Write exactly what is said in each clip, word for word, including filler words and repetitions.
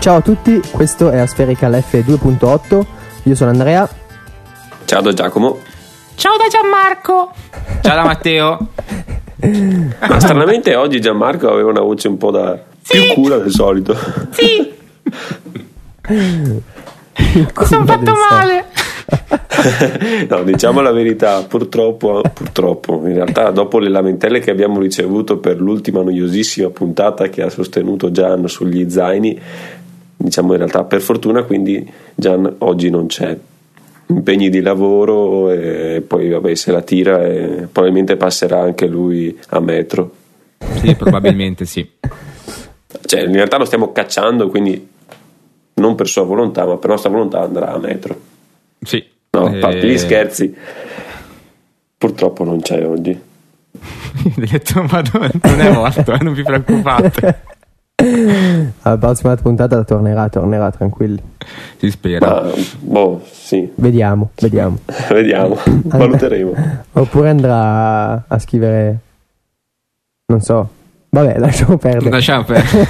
Ciao a tutti, questo è Aspherical F due punto otto, io sono Andrea. Ciao da Giacomo. Ciao da Gianmarco. Ciao da Matteo. Ma stranamente oggi Gianmarco aveva una voce un po' da sì. più cura del solito. Sì. Mi sono fatto male. No, diciamo la verità, purtroppo, purtroppo, in realtà dopo le lamentele che abbiamo ricevuto per l'ultima noiosissima puntata che ha sostenuto Gian sugli zaini, diciamo in realtà per fortuna, quindi Gian oggi non c'è, impegni di lavoro e poi vabbè se la tira e probabilmente passerà anche lui a metro. Sì, probabilmente sì. Cioè in realtà lo stiamo cacciando, quindi non per sua volontà ma per nostra volontà andrà a metro. Sì. No, a eh... parte gli scherzi, purtroppo non c'è oggi. Ho detto Madonna, non è morto, non vi preoccupate. Alla prossima puntata tornerà, tornerà, tranquilli. Si spera. Ma, boh, sì. Vediamo, vediamo. Vediamo, valuteremo. Oppure andrà a scrivere, non so. Vabbè, lasciamo perdere. Lasciamo perdere.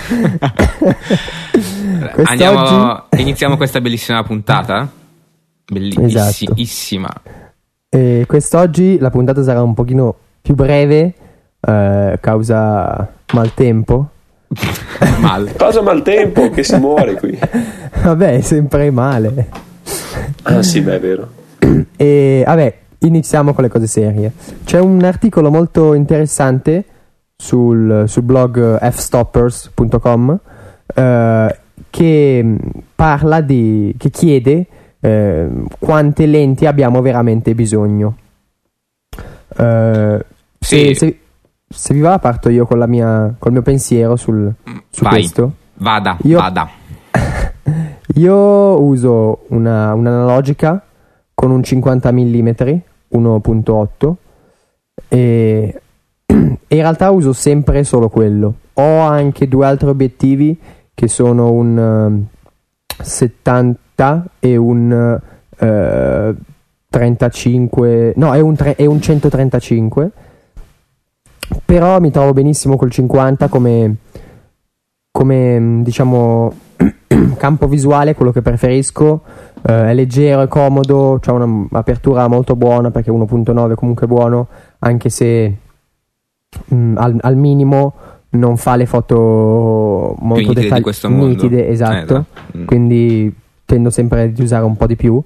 Andiamo, iniziamo questa bellissima puntata. Bellissima. Esatto. E quest'oggi la puntata sarà un pochino più breve, eh, causa maltempo. Mal. Cosa maltempo che si muore qui. Vabbè, è sempre male. Ah sì, beh, è vero. E vabbè, iniziamo con le cose serie. C'è un articolo molto interessante sul, sul blog f stoppers punto com eh, che parla di che chiede eh, quante lenti abbiamo veramente bisogno. Eh, sì. se, se, se vi va parto io con la mia col mio pensiero sul, su Vai, questo. Vada, io, vada. Io uso una, un'analogica con un cinquanta millimetri uno punto otto e, e in realtà uso sempre solo quello. Ho anche due altri obiettivi che sono un uh, settanta e un uh, trentacinque, no è un, tre, è un centotrentacinque, però mi trovo benissimo col cinquanta come, come diciamo campo visuale, quello che preferisco. Uh, è leggero, è comodo, c'ha un'apertura molto buona perché uno punto nove comunque buono, anche se mh, al, al minimo non fa le foto molto dettagliate, nitide, esatto, eh, mm. Quindi tendo sempre ad usare un po' di più, uh,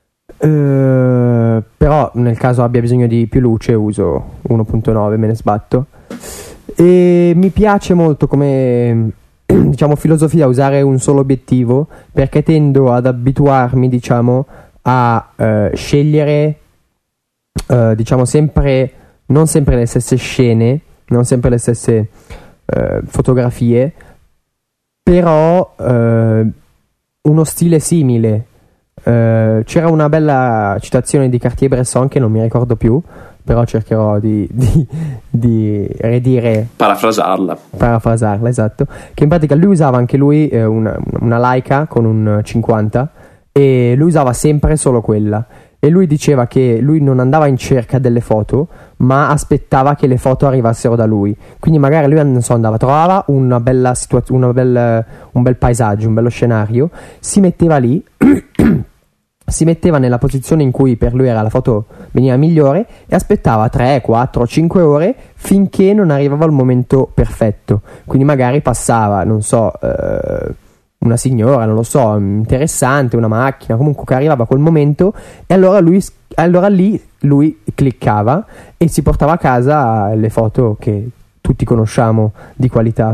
però nel caso abbia bisogno di più luce uso uno punto nove, me ne sbatto. E mi piace molto come diciamo filosofia usare un solo obiettivo, perché tendo ad abituarmi diciamo a uh, scegliere uh, diciamo sempre non sempre le stesse scene, non sempre le stesse uh, fotografie, però uh, uno stile simile. Uh, c'era una bella citazione di Cartier-Bresson che non mi ricordo più, però cercherò di, di, di redire, parafrasarla parafrasarla esatto, che in pratica lui usava anche lui eh, una, una Leica con un cinquanta e lui usava sempre solo quella, e lui diceva che lui non andava in cerca delle foto ma aspettava che le foto arrivassero da lui, quindi magari lui non so, andava, trovava una bella situazione, una bella, un bel paesaggio, un bello scenario, si metteva lì si metteva nella posizione in cui per lui era la foto veniva migliore e aspettava tre, quattro, cinque ore finché non arrivava il momento perfetto. Quindi magari passava, non so, eh, una signora, non lo so, interessante, una macchina, comunque che arrivava a quel momento, e allora lui allora lì lui cliccava e si portava a casa le foto che tutti conosciamo di qualità.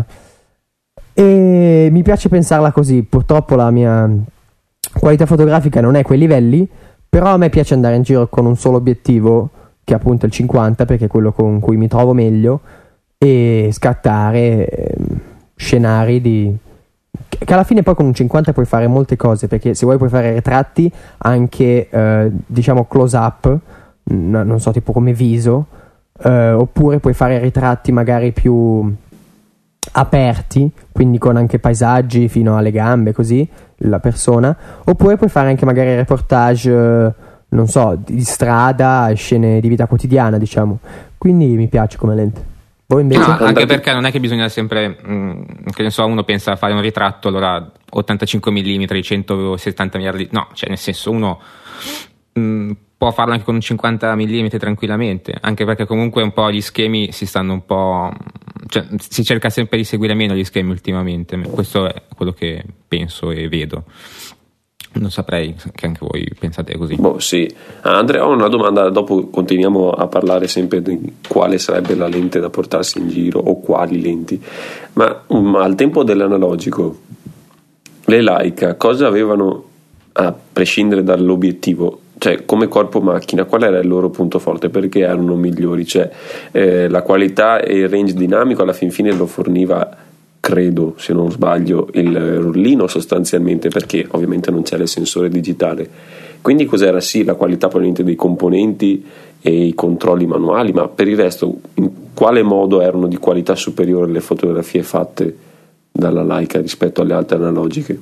E mi piace pensarla così. Purtroppo la mia qualità fotografica non è a quei livelli, però a me piace andare in giro con un solo obiettivo, che è appunto il cinquanta, perché è quello con cui mi trovo meglio, e scattare eh, scenari di che alla fine poi con un cinquanta puoi fare molte cose, perché se vuoi puoi fare ritratti anche eh, diciamo close up, n- non so, tipo come viso, eh, oppure puoi fare ritratti magari più aperti, quindi con anche paesaggi fino alle gambe, così la persona, oppure puoi fare anche magari reportage, eh, non so, di strada, scene di vita quotidiana, diciamo. Quindi mi piace come lente. Voi invece? No, anche perché non è che bisogna sempre, mh, che ne so, uno pensa a fare un ritratto, allora ottantacinque millimetri, centosettanta miliardi, no, cioè nel senso uno mh, può farlo anche con un cinquanta millimetri tranquillamente, anche perché comunque un po' gli schemi si stanno un po', cioè si cerca sempre di seguire meno gli schemi ultimamente, questo è quello che penso e vedo. Non saprei che anche voi pensate così. Boh, sì. Ah, Andrea, ho una domanda, dopo continuiamo a parlare sempre di quale sarebbe la lente da portarsi in giro o quali lenti, ma um, al tempo dell'analogico le Leica cosa avevano, a prescindere dall'obiettivo, cioè come corpo macchina, qual era il loro punto forte, perché erano migliori? Cioè eh, la qualità e il range dinamico alla fin fine lo forniva, credo, se non sbaglio, il rullino sostanzialmente, perché ovviamente non c'era il sensore digitale. Quindi cos'era? Sì, la qualità probabilmente dei componenti e i controlli manuali, ma per il resto in quale modo erano di qualità superiore le fotografie fatte dalla Leica rispetto alle altre analogiche?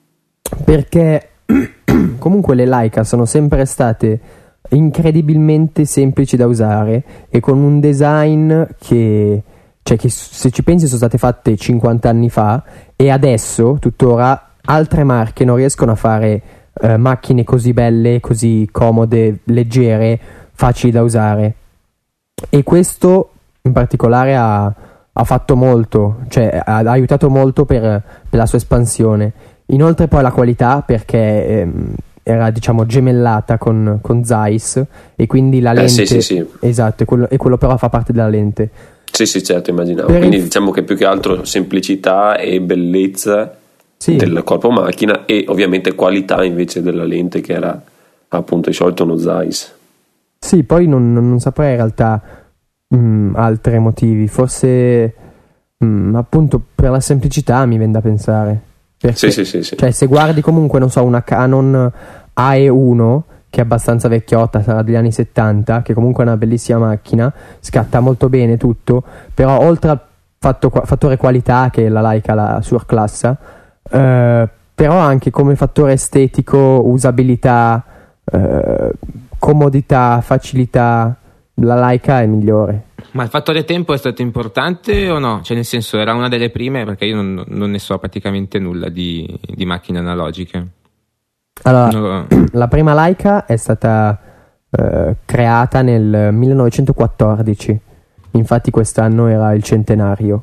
Perché comunque le Leica sono sempre state incredibilmente semplici da usare e con un design che, cioè che se ci pensi sono state fatte cinquanta anni fa, e adesso tuttora altre marche non riescono a fare eh, macchine così belle, così comode, leggere, facili da usare. E questo in particolare ha, ha fatto molto, cioè ha, ha aiutato molto per, per la sua espansione. Inoltre poi la qualità, perché ehm, era diciamo gemellata con, con Zeiss, e quindi la lente eh, sì, sì, sì. Esatto, e quello, e quello però fa parte della lente. Sì, sì, certo, immaginavo. Per Quindi il... diciamo che più che altro semplicità e bellezza sì. del corpo macchina, e ovviamente qualità invece della lente, che era appunto di solito uno Zeiss. Sì, poi non, non saprei in realtà mh, altri motivi, forse mh, appunto per la semplicità mi viene da pensare. Perché, sì, sì, sì, sì. Cioè se guardi comunque, non so, una Canon A E uno, che è abbastanza vecchiotta, sarà degli anni settanta, che comunque è una bellissima macchina, scatta molto bene tutto, però oltre al fatto, fattore qualità, che la Leica la surclassa, eh, però anche come fattore estetico, usabilità, eh, comodità, facilità, la Leica è migliore. Ma il fattore tempo è stato importante o no? Cioè nel senso, era una delle prime, perché io non, non ne so praticamente nulla di, di macchine analogiche. Allora, no. La prima Leica è stata eh, creata nel millenovecentoquattordici, infatti quest'anno era il centenario.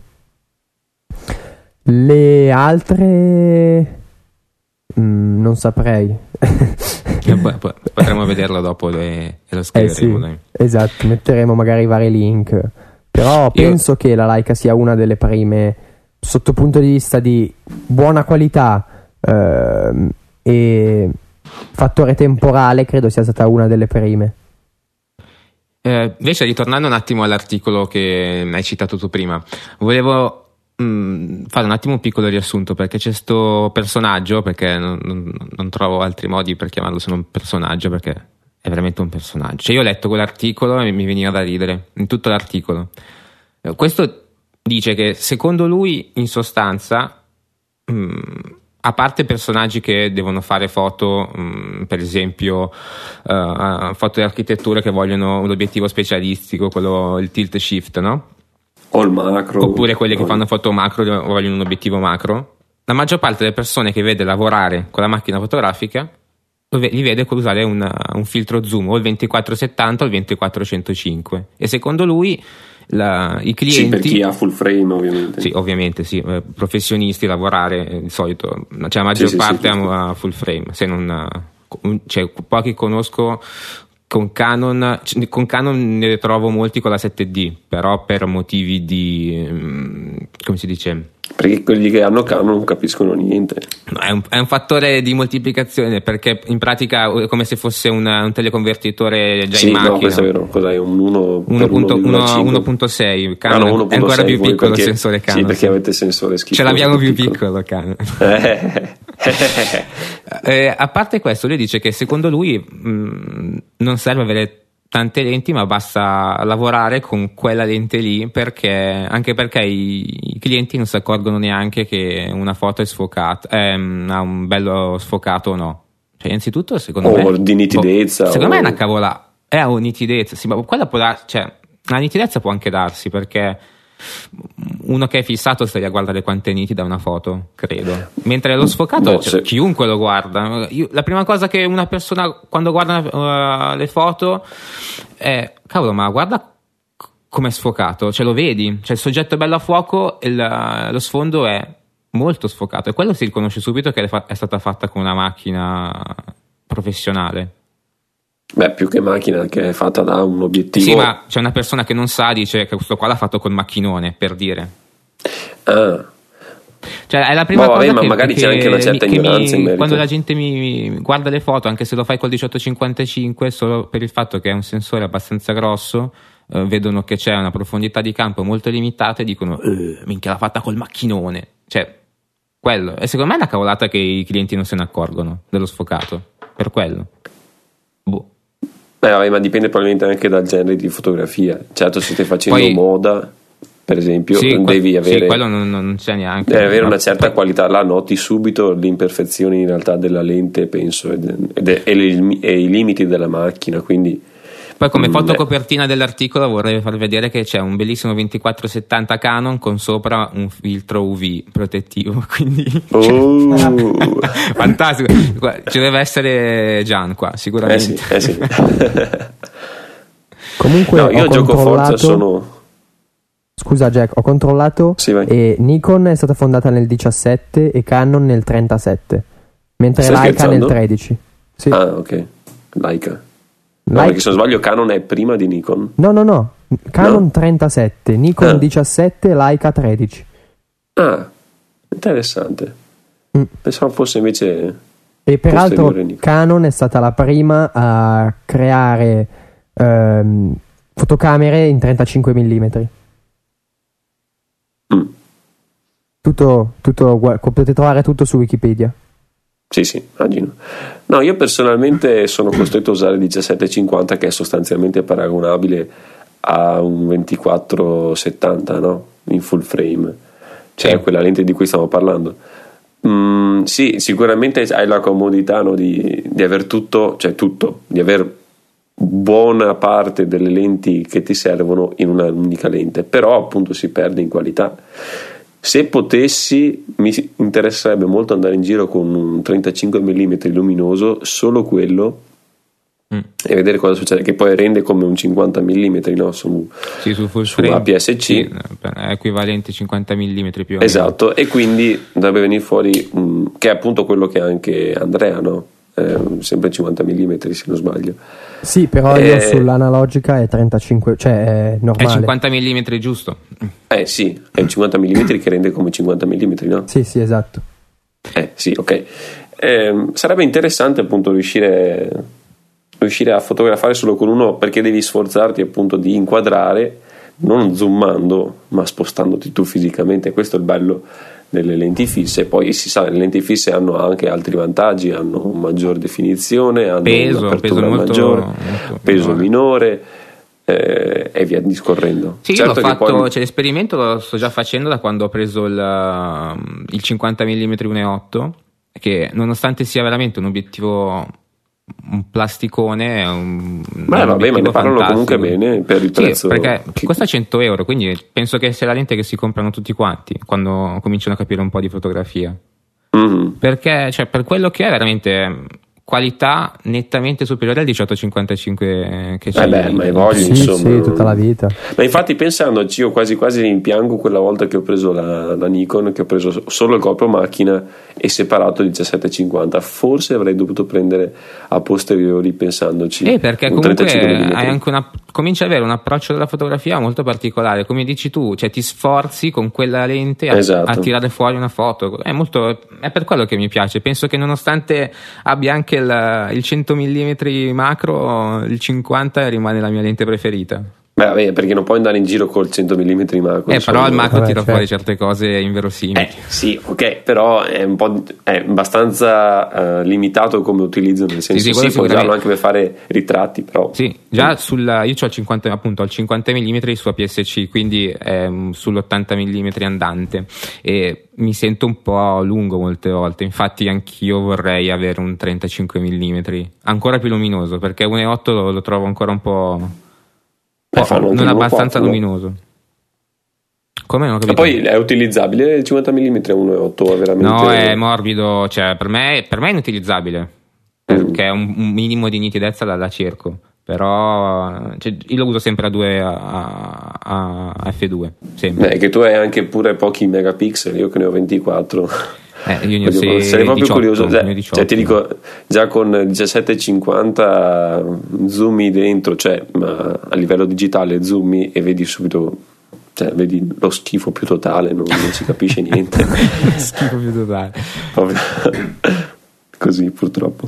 Le altre mm, non saprei. Potremmo vederlo dopo e, e lo scriveremo. Eh sì, dai. esatto, metteremo magari vari link. Però penso Io... che la Leica sia una delle prime sotto punto di vista di buona qualità ehm, e fattore temporale, credo sia stata una delle prime. Eh, invece, ritornando un attimo all'articolo che hai citato tu prima, volevo mh, fare un attimo un piccolo riassunto, perché c'è sto personaggio, perché non, non, non trovo altri modi per chiamarlo se non personaggio, perché è veramente un personaggio. Cioè io ho letto quell'articolo e mi veniva da ridere in tutto l'articolo. Eh, questo dice che secondo lui, in sostanza, mh, a parte personaggi che devono fare foto, mh, per esempio uh, foto di architettura che vogliono un obiettivo specialistico, quello il tilt shift, no? O il macro. Oppure quelli che fanno foto macro vogliono un obiettivo macro. La maggior parte delle persone che vede lavorare con la macchina fotografica li vede con usare un, un filtro zoom, o il ventiquattro settanta o il ventiquattro centocinque, e secondo lui la, i clienti, sì, per chi ha full frame ovviamente, sì, ovviamente sì, eh, professionisti lavorare eh, di solito, cioè la maggior sì, parte sì, sì, ha sì. full frame, se non cioè, pochi conosco con Canon, con Canon ne trovo molti con la sette D, però per motivi di, come si dice, perché quelli che hanno Canon non capiscono niente. No, è, un, è un fattore di moltiplicazione, perché in pratica è come se fosse una, un teleconvertitore già sì, in macchina. No, questo è vero. Cos'è? Un uno punto sei Canon, ah, no, è ancora più piccolo perché, il sensore Canon. Sì, perché avete il sensore schifo. Ce l'abbiamo più piccolo, piccolo Canon. eh, a parte questo, lui dice che secondo lui mh, non serve avere tante lenti, ma basta lavorare con quella lente lì, perché anche perché i, i clienti non si accorgono neanche che una foto è sfocata, eh, ha un bello sfocato o no. Cioè, innanzitutto, secondo o me, o di nitidezza. Boh, secondo o... me è una cavola, è una nitidezza, sì, ma quella può dar, cioè, la nitidezza può anche darsi, perché uno che è fissato stai a guardare quanto è nitida una foto, credo, mentre lo sfocato no, cioè, se... chiunque lo guarda. Io, la prima cosa che una persona quando guarda uh, le foto è cavolo, ma guarda come è sfocato, cioè lo vedi, cioè il soggetto è bello a fuoco e la, lo sfondo è molto sfocato, e quello si riconosce subito che è stata fatta con una macchina professionale. Beh, più che macchina, che è fatta da un obiettivo. Sì, ma c'è una persona che non sa, dice che questo qua l'ha fatto col macchinone, per dire. Ah. Cioè è la prima boh, cosa vabbè, che, ma magari che, c'è anche una certa ignoranza mi, in merito. quando la gente mi guarda le foto, anche se lo fai col diciotto cinquantacinque, solo per il fatto che è un sensore abbastanza grosso, eh, vedono che c'è una profondità di campo molto limitata e dicono eh, minchia, l'ha fatta col macchinone, cioè quello. E secondo me è una cavolata che i clienti non se ne accorgono dello sfocato, per quello. Boh. Beh, vabbè, ma dipende probabilmente anche dal genere di fotografia. Certo, se stai facendo Poi, moda, per esempio, sì, devi que- avere, sì, quello non, non c'è neanche. devi avere no, una certa poi, qualità. Là noti subito le imperfezioni in realtà della lente, penso, ed, ed, e, le, e i limiti della macchina, quindi poi come mm, fotocopertina dell'articolo vorrei far vedere che c'è un bellissimo ventiquattro settanta Canon con sopra un filtro U V protettivo, quindi oh. fantastico. Ci deve essere Gian qua sicuramente. Eh sì, eh sì. Comunque no, io ho gioco controllato... Forza sono Scusa Jack, ho controllato sì, vai. e Nikon è stata fondata nel diciassette e Canon nel trentasette, mentre Stai Leica scherzando? nel tredici. Sì. Ah, ok. Leica. No, Leica... perché se non sbaglio Canon è prima di Nikon. No, no, no. Canon no? trentasette, Nikon ah. diciassette, Leica tredici. Ah, interessante. Mm. Pensavo fosse invece. E peraltro Nikon. Canon è stata la prima a creare ehm, fotocamere in trentacinque millimetri. Mm. Tutto, tutto, potete trovare tutto su Wikipedia. Sì, sì, immagino. No, io personalmente sono costretto a usare il diciassette cinquanta, che è sostanzialmente paragonabile a un ventiquattro settanta, no? In full frame, cioè sì. quella lente di cui stiamo parlando. Mm, sì, sicuramente hai la comodità, no, di, di aver tutto, cioè tutto, di aver buona parte delle lenti che ti servono in una unica lente, però appunto si perde in qualità. Se potessi, mi interesserebbe molto andare in giro con un trentacinque millimetri luminoso, solo quello, mm. e vedere cosa succede, che poi rende come un cinquanta millimetri, no? Su, sì, su, full su frame, A P S C, sì, è equivalente cinquanta millimetri più o meno. Esatto, e quindi dovrebbe venire fuori, um, che è appunto quello che ha anche Andrea, no? Eh, sempre cinquanta millimetri se non sbaglio. Sì, però eh, io sull'analogica è trentacinque, cioè è normale. È cinquanta millimetri giusto? Eh sì, è un cinquanta millimetri che rende come cinquanta millimetri, no? Sì, sì, esatto. Eh sì, ok. Eh, sarebbe interessante appunto riuscire, riuscire a fotografare solo con uno, perché devi sforzarti appunto di inquadrare, non zoomando, ma spostandoti tu fisicamente. Questo è il bello delle lenti fisse. Poi si sa, le lenti fisse hanno anche altri vantaggi, hanno maggior definizione, hanno peso, un'apertura peso molto, maggiore, molto peso minore. minore, eh, e via discorrendo. Sì, certo io l'ho fatto, poi... cioè, l'esperimento lo sto già facendo da quando ho preso il, il cinquanta millimetri uno virgola otto, che nonostante sia veramente un obiettivo, un plasticone, è un, ma un vabbè, ma ne parlano fantastico. comunque bene per il prezzo, sì, perché che... costa cento euro, quindi penso che sia la lente che si comprano tutti quanti quando cominciano a capire un po' di fotografia. Mm-hmm. Perché cioè, per quello che è veramente qualità nettamente superiore al diciotto cinquantacinque che c'è. Eh beh, ma voglio, sì, insomma. Sì, tutta la vita. Ma infatti pensandoci, io quasi quasi rimpiango quella volta che ho preso la, la Nikon, che ho preso solo il GoPro macchina e separato il diciassette cinquanta. Forse avrei dovuto prendere a posteriori, pensandoci. Eh, perché comunque hai anche una, cominci ad avere un approccio della fotografia molto particolare, come dici tu, cioè ti sforzi con quella lente a, esatto. a tirare fuori una foto. È molto, è per quello che mi piace. Penso che nonostante abbia anche il, il cento millimetri macro, il cinquanta rimane la mia lente preferita. Beh, vabbè, perché non puoi andare in giro col cento millimetri macro. Eh, però il macro vabbè, tira certo. fuori certe cose inverosimili. Eh, sì, ok, però è un po' è abbastanza uh, limitato come utilizzo, nel senso sì, sì, sì, puoi usarlo sicuramente. anche per fare ritratti, però. Sì, già sulla, io ho il cinquanta, appunto, ho il cinquanta millimetri su A P S C, quindi è um, sull'ottanta millimetri andante e mi sento un po' lungo molte volte, infatti anch'io vorrei avere un trentacinque millimetri ancora più luminoso, perché uno virgola otto lo, lo trovo ancora un po'... Eh, fanno anche non uno abbastanza quattro, luminoso. Come non ho Ma capito? poi è utilizzabile il cinquanta millimetri a uno virgola otto? Veramente... No, è morbido, cioè per me, per me è inutilizzabile, perché Mm. un, un minimo di nitidezza la, la cerco, però cioè, io lo uso sempre a due a, a, a effe due, sempre. Beh, che tu hai anche pure pochi megapixel, io che ne ho ventiquattro. Eh, io ne ho Voglio- sei- sarei proprio diciotto, curioso, ne ho cioè, diciotto. cioè, ti dico, già con diciassette cinquanta zoomi dentro, cioè ma a livello digitale zoomi e vedi subito, cioè vedi lo schifo più totale, non, non si capisce niente. Schifo più totale. Proprio così purtroppo.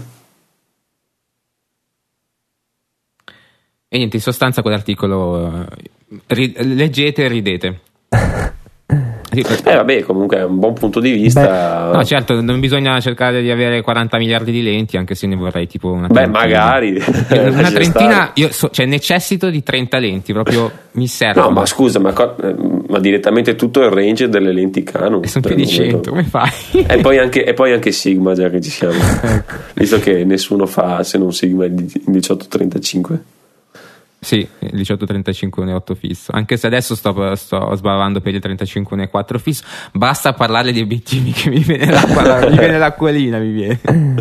E niente, in sostanza quell'articolo eh, ri- leggete e ridete. Sì, per- Eh vabbè, comunque è un buon punto di vista. no, certo, non bisogna cercare di avere quaranta miliardi di lenti, anche se ne vorrei tipo una Beh, trentina. magari. Una Lascia trentina, stare. io so- cioè necessito di trenta lenti, proprio mi servono. No, ma scusa, ma, co- eh, ma direttamente tutto il range delle lenti Canon. E sono più Cioè, di non vedo- cento, come fai? E poi, anche, e poi anche Sigma, già che ci siamo. Ecco. Visto che nessuno fa se non Sigma in diciotto trentacinque. Sì, il diciotto trentacinque uno virgola otto fisso. Anche se adesso sto, sto sbavando per il trentacinque uno virgola quattro fisso, basta parlare di obiettivi che mi viene l'acqua, mi viene l'acquolina, mi viene.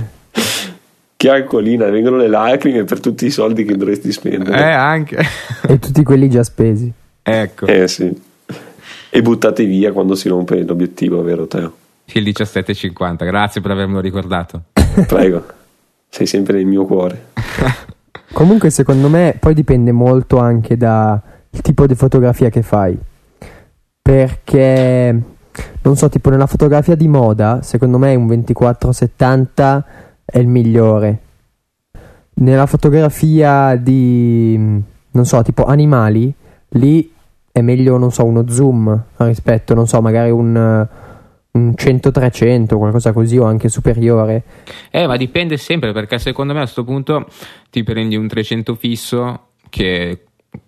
Che acquolina, vengono le lacrime per tutti i soldi che dovresti Eh, spendere. anche. E tutti quelli già spesi. Ecco, Eh sì. E buttati via quando si rompe l'obiettivo, vero Teo? il diciassette cinquanta, grazie per avermelo ricordato. Prego. Sei sempre nel mio cuore. Comunque secondo me poi dipende molto anche dal tipo di fotografia che fai, perché non so, tipo nella fotografia di moda secondo me un ventiquattro settanta è il migliore. Nella fotografia di, non so, tipo animali, lì è meglio, non so, uno zoom rispetto, non so, magari un un cento trecento, qualcosa così, o anche superiore. Eh, ma dipende sempre, perché secondo me a questo punto ti prendi un trecento fisso che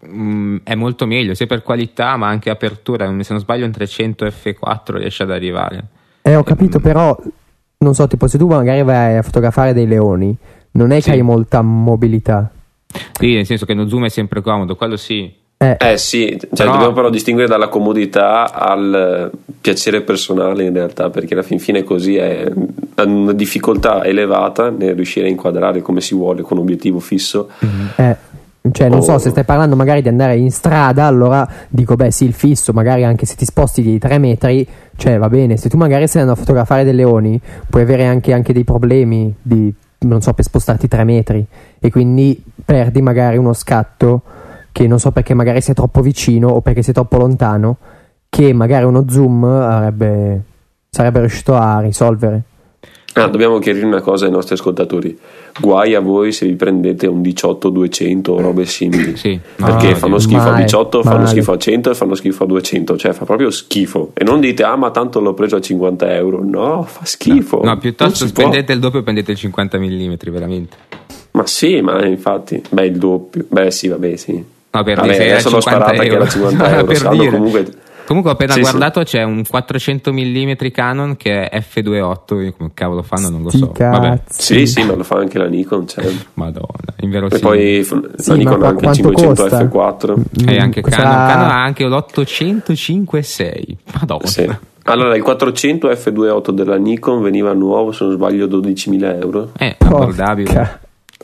mm, è molto meglio, sia per qualità ma anche apertura. Se non sbaglio un trecento effe quattro riesce ad arrivare. Eh, ho capito, però non so, tipo se tu magari vai a fotografare dei leoni, non è Sì. che hai molta mobilità. Sì, nel senso che uno zoom è sempre comodo, quello sì. Eh, Eh sì, cioè Però- dobbiamo però distinguere dalla comodità al piacere personale in realtà, perché alla fin fine così è una difficoltà elevata nel riuscire a inquadrare come si vuole con un obiettivo fisso. eh, cioè non Oh. so, se stai parlando magari di andare in strada, allora dico beh sì, il fisso, magari anche se ti sposti di tre metri, cioè va bene. Se tu magari stai andando a fotografare dei leoni, puoi avere anche, anche dei problemi di, non so, per spostarti tre metri, e quindi perdi magari uno scatto che non so perché magari sei troppo vicino o perché sei troppo lontano, che magari uno zoom avrebbe, sarebbe riuscito a risolvere. Ah, dobbiamo chiarire una cosa ai nostri ascoltatori: guai a voi se vi prendete un diciotto duecento o robe simili, Sì. perché No, fanno sì. schifo a Male, diciotto, fanno male. schifo a cento e fanno schifo a duecento, cioè fa proprio schifo. E non dite ah ma tanto l'ho preso a cinquanta euro, no, fa schifo. No, Non piuttosto si può. spendete il doppio e prendete il cinquanta millimetri, veramente. Ma sì, ma infatti, beh, il doppio, beh sì, vabbè sì. No, per Vabbè, dire, se era adesso l'ho cinquanta sparata che euro. era cinquanta euro, Per saranno dire. comunque... Comunque ho appena Sì, guardato, c'è un quattrocento millimetri Canon che è effe due virgola otto, io come cavolo fanno non lo Sti so. Vabbè, cazzi. Sì, sì, ma lo fa anche la Nikon, certo. madonna, E inverosimile. poi f- Sì, la ma Nikon qua- ha anche il quanto cinquecento costa? effe quattro. Mm, E anche sarà- Canon, Canon ha anche l'ottocentocinque sei. Madonna. Sì. Allora, il quattrocento effe due virgola otto della Nikon veniva nuovo, se non sbaglio, dodicimila euro. Eh, Porca. abbordabile.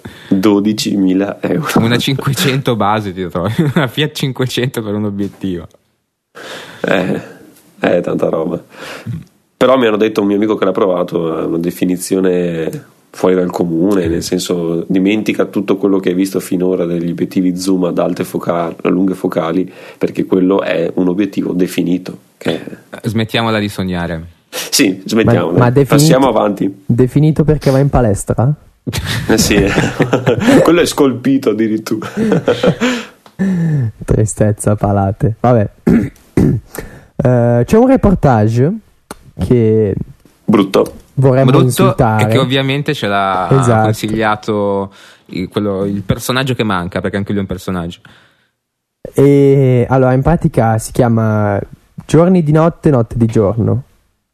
dodicimila euro. Una cinquecento base ti trovi, una Fiat cinquecento per un obiettivo. Eh, è tanta roba. Però mi hanno detto, un mio amico che l'ha provato, ha una definizione fuori dal comune, nel senso dimentica tutto quello che hai visto finora degli obiettivi zoom ad alte focali, a lunghe focali, perché quello è un obiettivo definito. Che... Smettiamola di sognare. Sì, smettiamo, Ma- ma definito- passiamo avanti. Definito perché va in palestra? Eh sì, quello è scolpito addirittura. Tristezza, palate. Vabbè. Eh, c'è un reportage che Brutto. vorremmo Brutto insultare. e che ovviamente ce l'ha Esatto. consigliato il, quello- il personaggio che manca, perché anche lui è un personaggio. E allora, in pratica si chiama Giorni di notte, notte di giorno.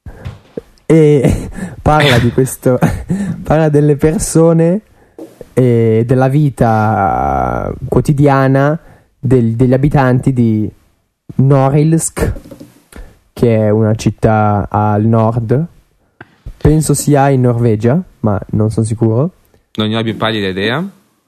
E parla di questo, parla delle persone e della vita quotidiana del- degli abitanti di Norilsk che è una città al nord, penso sia in Norvegia, ma non sono sicuro. Non ne ho più pallida idea.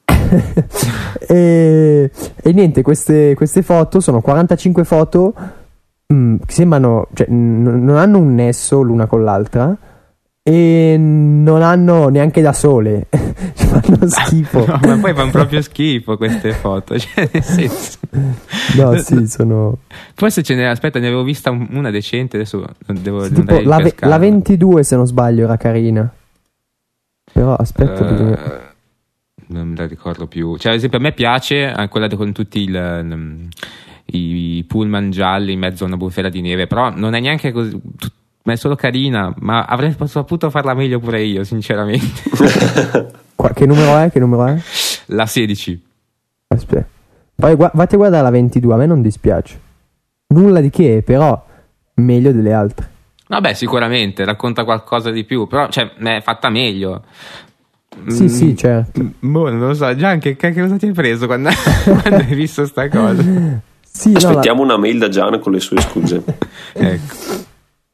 e, e niente, queste, queste foto sono quarantacinque foto mh, che sembrano, cioè, n- non hanno un nesso l'una con l'altra e non hanno neanche da sole. Fanno schifo. No, ma poi fanno proprio schifo queste foto, cioè, nel senso... no sì sono forse ce ne aspetta ne avevo vista una decente, adesso devo tipo andare la, ve- la ventidue se non sbaglio era carina, però aspetta, uh, bisogna... non me la ricordo più. Cioè, ad esempio, a me piace quella con tutti il, i pullman gialli in mezzo a una bufera di neve, però non è neanche così, ma è solo carina, ma avrei saputo farla meglio pure io, sinceramente. Qua, che numero è? Che numero è? La sedici. Aspetta, poi gu- vatti a guardare la ventidue, a me non dispiace, nulla di che, però meglio delle altre. Vabbè, sicuramente racconta qualcosa di più, però cioè è fatta meglio. Sì, mm, sì, certo. Boh, non lo so, Gian, che, che cosa ti hai preso quando, quando hai visto sta cosa? Sì, aspettiamo no, la... una mail da Gian con le sue scuse. Ecco.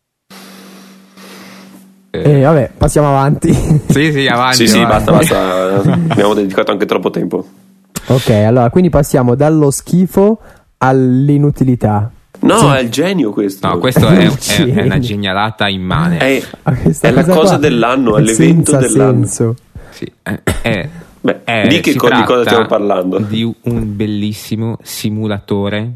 Eh, vabbè, passiamo avanti. Sì, sì, avanti. Sì, sì, avanti. basta, basta. Abbiamo dedicato anche troppo tempo. Ok, allora, quindi passiamo dallo schifo all'inutilità. No, sì. È il genio questo. No, questo è, è, è una genialata immane. È, è la cosa, cosa dell'anno, è l'evento dell'anno. Senso. Sì, è, è, Beh, è, di che co- di cosa stiamo parlando? Di un bellissimo simulatore.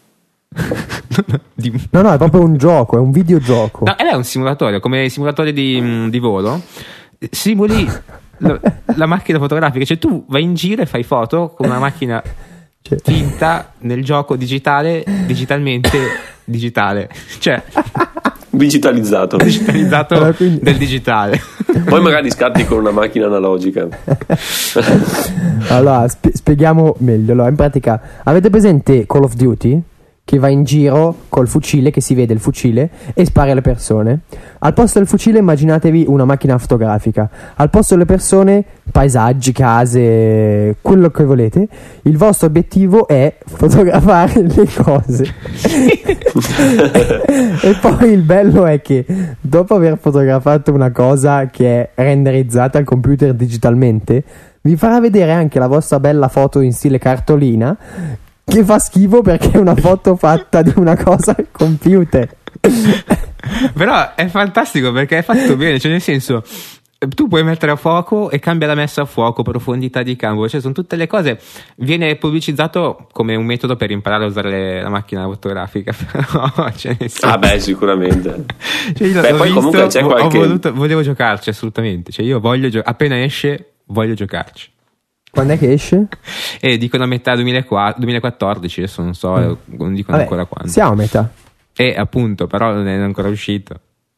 di... No, no, è proprio un gioco, è un videogioco. No, è un simulatore, come i simulatori di, di volo. Simuli la, la macchina fotografica, cioè tu vai in giro e fai foto con una macchina cioè... finta nel gioco digitale, digitalmente digitale, cioè digitalizzato, digitalizzato allora, quindi... del digitale. Poi magari scatti con una macchina analogica. Allora sp- spieghiamo meglio. Allora, in pratica, avete presente Call of Duty? Che va in giro col fucile, che si vede il fucile e spara alle persone. Al posto del fucile immaginatevi una macchina fotografica, al posto delle persone paesaggi, case, quello che volete. Il vostro obiettivo è fotografare le cose. E poi il bello è che dopo aver fotografato una cosa che è renderizzata al computer digitalmente, vi farà vedere anche la vostra bella foto in stile cartolina, che fa schifo perché è una foto fatta di una cosa al computer. Però è fantastico perché è fatto bene, cioè nel senso, tu puoi mettere a fuoco e cambia la messa a fuoco, profondità di campo, cioè sono tutte le cose. Viene pubblicizzato come un metodo per imparare a usare le, la macchina fotografica. Però, cioè nel senso... Ah beh, sicuramente. Cioè io beh, l'ho poi visto, comunque c'è qualche... ho voluto, volevo giocarci assolutamente, cioè io voglio gio- appena esce voglio giocarci. Quando è che esce? Eh, dicono a metà duemilaquattordici, adesso non so, mm. non dicono Vabbè, ancora quando. Siamo a metà. Eh, appunto, però non è ancora uscito.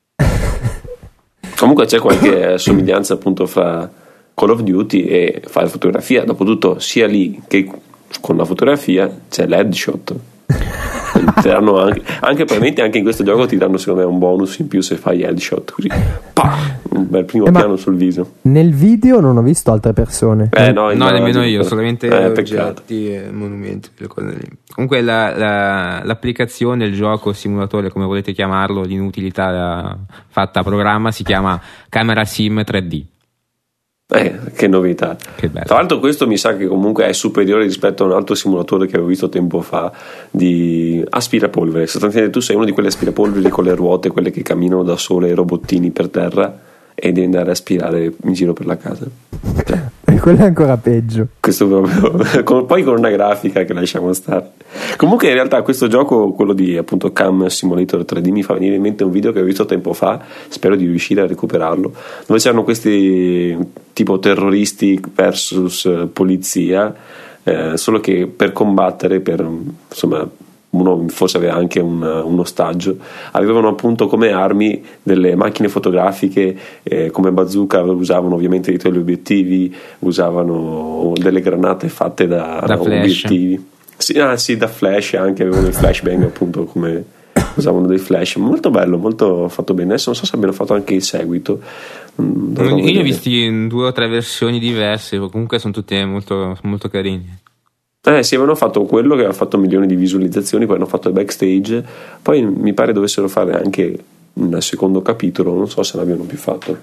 Comunque c'è qualche somiglianza appunto fra Call of Duty e fare fotografia. Dopotutto sia lì che con la fotografia c'è l'headshot. Ti danno anche, anche probabilmente anche in questo gioco ti danno secondo me un bonus in più se fai headshot, così pa, un bel primo eh, piano sul viso. Nel video non ho visto altre persone. Eh, no, no nemmeno io, solamente eh, oggetti e monumenti, quelle cose lì. Comunque la, la, l'applicazione, il gioco, simulatore, come volete chiamarlo, l'inutilità fatta a programma, si chiama Camera Sim tre D. Eh, che novità. Che bello. Tra l'altro questo mi sa che comunque è superiore rispetto a un altro simulatore che avevo visto tempo fa di aspirapolvere. Sostanzialmente tu sei uno di quelle aspirapolveri con le ruote, quelle che camminano da sole, robottini per terra, e devi andare a aspirare in giro per la casa. Cioè, e quello è ancora peggio. Questo proprio con, poi con una grafica che lasciamo stare. Comunque in realtà questo gioco, quello di appunto Cam Simulator tre D, mi fa venire in mente un video che ho visto tempo fa, spero di riuscire a recuperarlo, dove c'erano questi tipo terroristi versus polizia, eh, solo che per combattere, per insomma uno forse aveva anche un, un ostaggio, avevano appunto come armi delle macchine fotografiche, eh, come bazooka usavano ovviamente i teleobiettivi, usavano delle granate fatte da, da obiettivi, sì, ah, sì, da flash, anche avevano i flashbang appunto, come usavano dei flash. Molto bello, molto fatto bene. Adesso non so se abbiano fatto anche il seguito. Io li ho visti in due o tre versioni diverse, comunque sono tutte molto, molto carini. Eh sì, avevano fatto quello che aveva fatto milioni di visualizzazioni, poi hanno fatto il backstage, poi mi pare dovessero fare anche un secondo capitolo, non so se l'abbiano più fatto.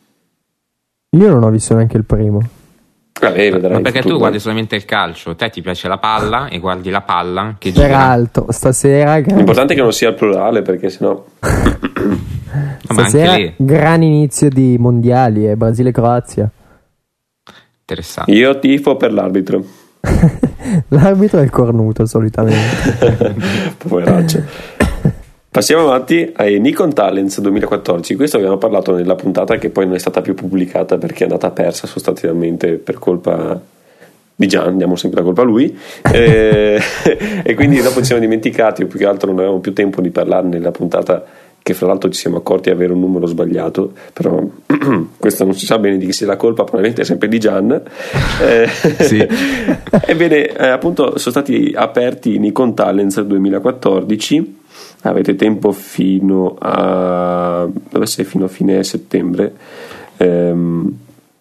Io non ho visto neanche il primo. Eh, vedrai Ma perché futuro, tu guardi eh. solamente il calcio, te ti piace la palla e guardi la palla che gira. Peraltro, stasera. L'importante è che non sia il plurale, perché sennò. Ma Stasera, anche lì, gran inizio di mondiali, eh, Brasile-Croazia. interessante. Io tifo per l'arbitro. L'arbitro è il cornuto solitamente. Poveraccio. Passiamo avanti ai Nikon Talents duemilaquattordici. Questo abbiamo parlato nella puntata che poi non è stata più pubblicata perché è andata persa sostanzialmente per colpa di Gian, diamo sempre la colpa a lui. e, e quindi dopo ci siamo dimenticati, o più che altro non avevamo più tempo di parlarne nella puntata, che fra l'altro ci siamo accorti di avere un numero sbagliato, però questo non si sa bene di chi sia la colpa, probabilmente è sempre di Gian. Eh, Sì. Ebbene, eh, appunto sono stati aperti i Nikon Talents duemilaquattordici. Avete tempo fino a dove sei fino a fine settembre. Ehm,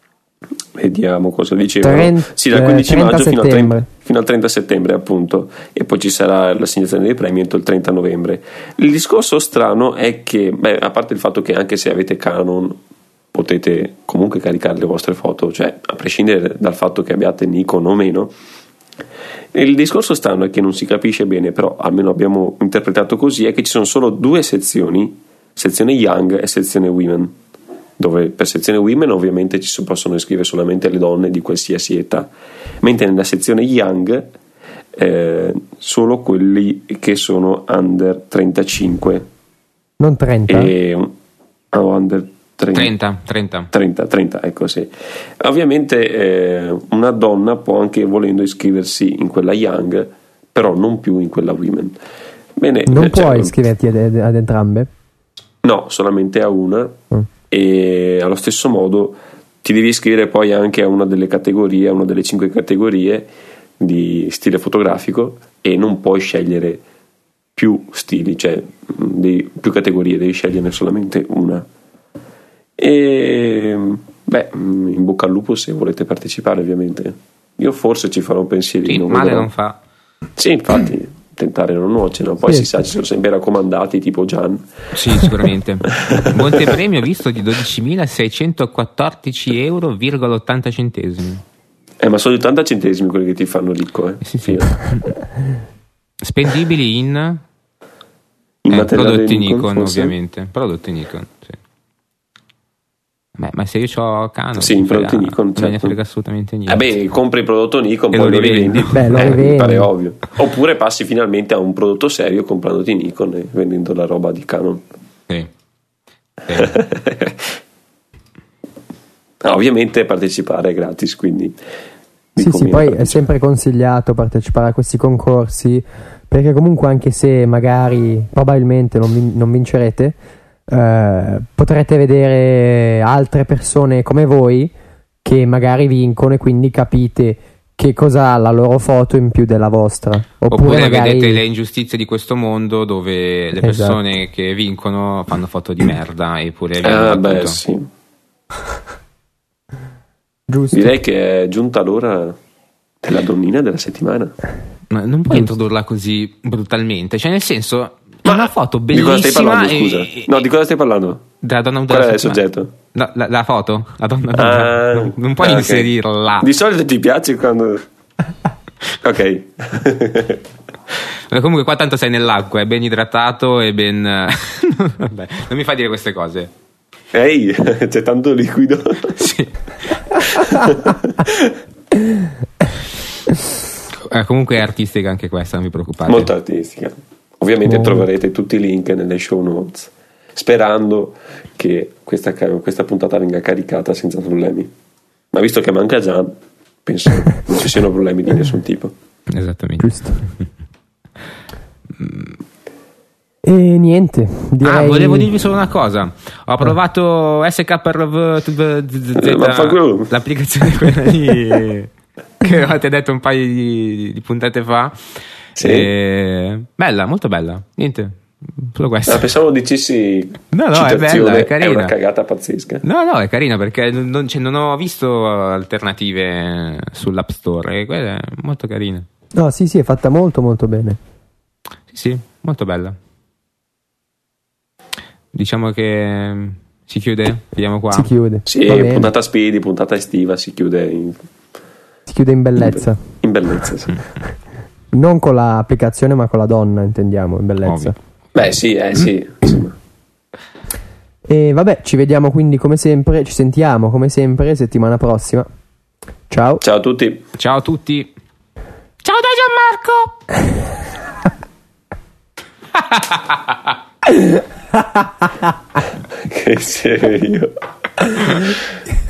vediamo cosa dicevano. trenta Sì, dal quindici trenta maggio fino al, trenta, settembre. fino al trenta settembre, appunto, e poi ci sarà l'assegnazione dei premi entro il trenta novembre. Il discorso strano è che, beh, a parte il fatto che anche se avete Canon potete comunque caricare le vostre foto, cioè a prescindere dal fatto che abbiate Nikon o meno. Il discorso strano è che non si capisce bene, però almeno abbiamo interpretato così, è che ci sono solo due sezioni, sezione Young e sezione Women, dove per sezione Women ovviamente ci si possono iscrivere solamente le donne di qualsiasi età, mentre nella sezione Young eh, solo quelli che sono under trentacinque. Non trenta? E, oh, under trenta, trenta. trenta, trenta, ecco, sì. Ovviamente eh, una donna può anche, volendo, iscriversi in quella Young, però non più in quella Women. Bene, Non eh, puoi cioè, iscriverti ad, ad entrambe? no, solamente a una. Mm. E allo stesso modo ti devi iscrivere poi anche a una delle categorie, a una delle cinque categorie di stile fotografico, e non puoi scegliere più stili, cioè di, più categorie, devi sceglierne solamente una. E beh, in bocca al lupo se volete partecipare, ovviamente. Io forse ci farò un pensierino. Sì, male vedrò. non fa. Sì, infatti, tentare non nuoce, no? Poi Sì. si sa, ci sono sempre raccomandati tipo Gian. Sì, sicuramente. Montepremio ho visto di dodicimilaseicentoquattordici euro virgola ottanta centesimi. Eh, ma sono di ottanta centesimi quelli che ti fanno ricco, eh. Sì, sì. Fino. Spendibili in, In eh, materiale prodotti Nikon, Nikon, forse? ovviamente. Prodotti Nikon, sì. Beh, ma se io ho Canon, Sì, mi in prodotti frega- Nikon, non me ne certo. frega assolutamente niente. Vabbè, compri il prodotto Nikon, E poi lo lo rivendi. rivendi. Beh, lo Eh, mi rivendi. pare ovvio. Oppure passi finalmente a un prodotto serio comprandoti Nikon e vendendo la roba di Canon. Sì. Sì. Ah, ovviamente partecipare è gratis, quindi vi Sì, sì, conviene poi è partecipare. sempre consigliato partecipare a questi concorsi, perché comunque anche se magari probabilmente non, vin- non vincerete, eh, potrete vedere altre persone come voi che magari vincono, e quindi capite che cosa ha la loro foto in più della vostra. Oppure, Oppure magari vedete le ingiustizie di questo mondo dove le Esatto. persone che vincono fanno foto di merda, eppure vi hanno Ah, beh, battuto. sì. giusto. Direi che è giunta l'ora della donnina della settimana. Ma non puoi introdurla così brutalmente, cioè nel senso è Ma una foto di cosa bellissima. stai parlando, e- scusa? e- No, di cosa stai parlando? della donna Qual della è il settimana. soggetto? No, la, la foto? La donna Ah, non, non puoi ah, ok. inserirla. Di solito ti piace quando... Ok. Ma comunque qua tanto sei nell'acqua, è ben idratato e ben... Vabbè, non mi fa dire queste cose. Ehi, c'è tanto liquido. Sì. Eh, comunque è artistica anche questa, non vi preoccupate. Molto artistica. Ovviamente Oh. troverete tutti i link nelle show notes, sperando che questa, questa puntata venga caricata senza problemi. Ma visto che manca Gian, penso non ci siano problemi di nessun tipo. Esattamente. Giusto. E niente, direi... Ah, volevo dirvi solo una cosa. Ho provato S K R V Eh, vaffanculo. l'applicazione quella lì che avete detto un paio di, di puntate fa. Sì. E... Bella, molto bella. Niente, solo questo. Ah, pensavo dicessi No, no, è citazione, bella, è carina. una cagata pazzesca. No, no, è carina perché non, non- cioè, non ho visto alternative sull'App Store e quella è molto carina. No, sì, sì, è fatta molto molto bene. Sì, sì, molto bella. Diciamo che si chiude, vediamo qua. Si chiude. Sì, Va bene. puntata speedy, puntata estiva, si chiude in, Si chiude in bellezza. in bellezza, sì. Non con l'applicazione, ma con la donna, intendiamo, in bellezza. Ovvio. Beh, sì, eh, sì, insomma. E vabbè, ci vediamo quindi come sempre, ci sentiamo come sempre settimana prossima. Ciao. Ciao a tutti. Ciao a tutti. Ciao da Gianmarco. Che serio.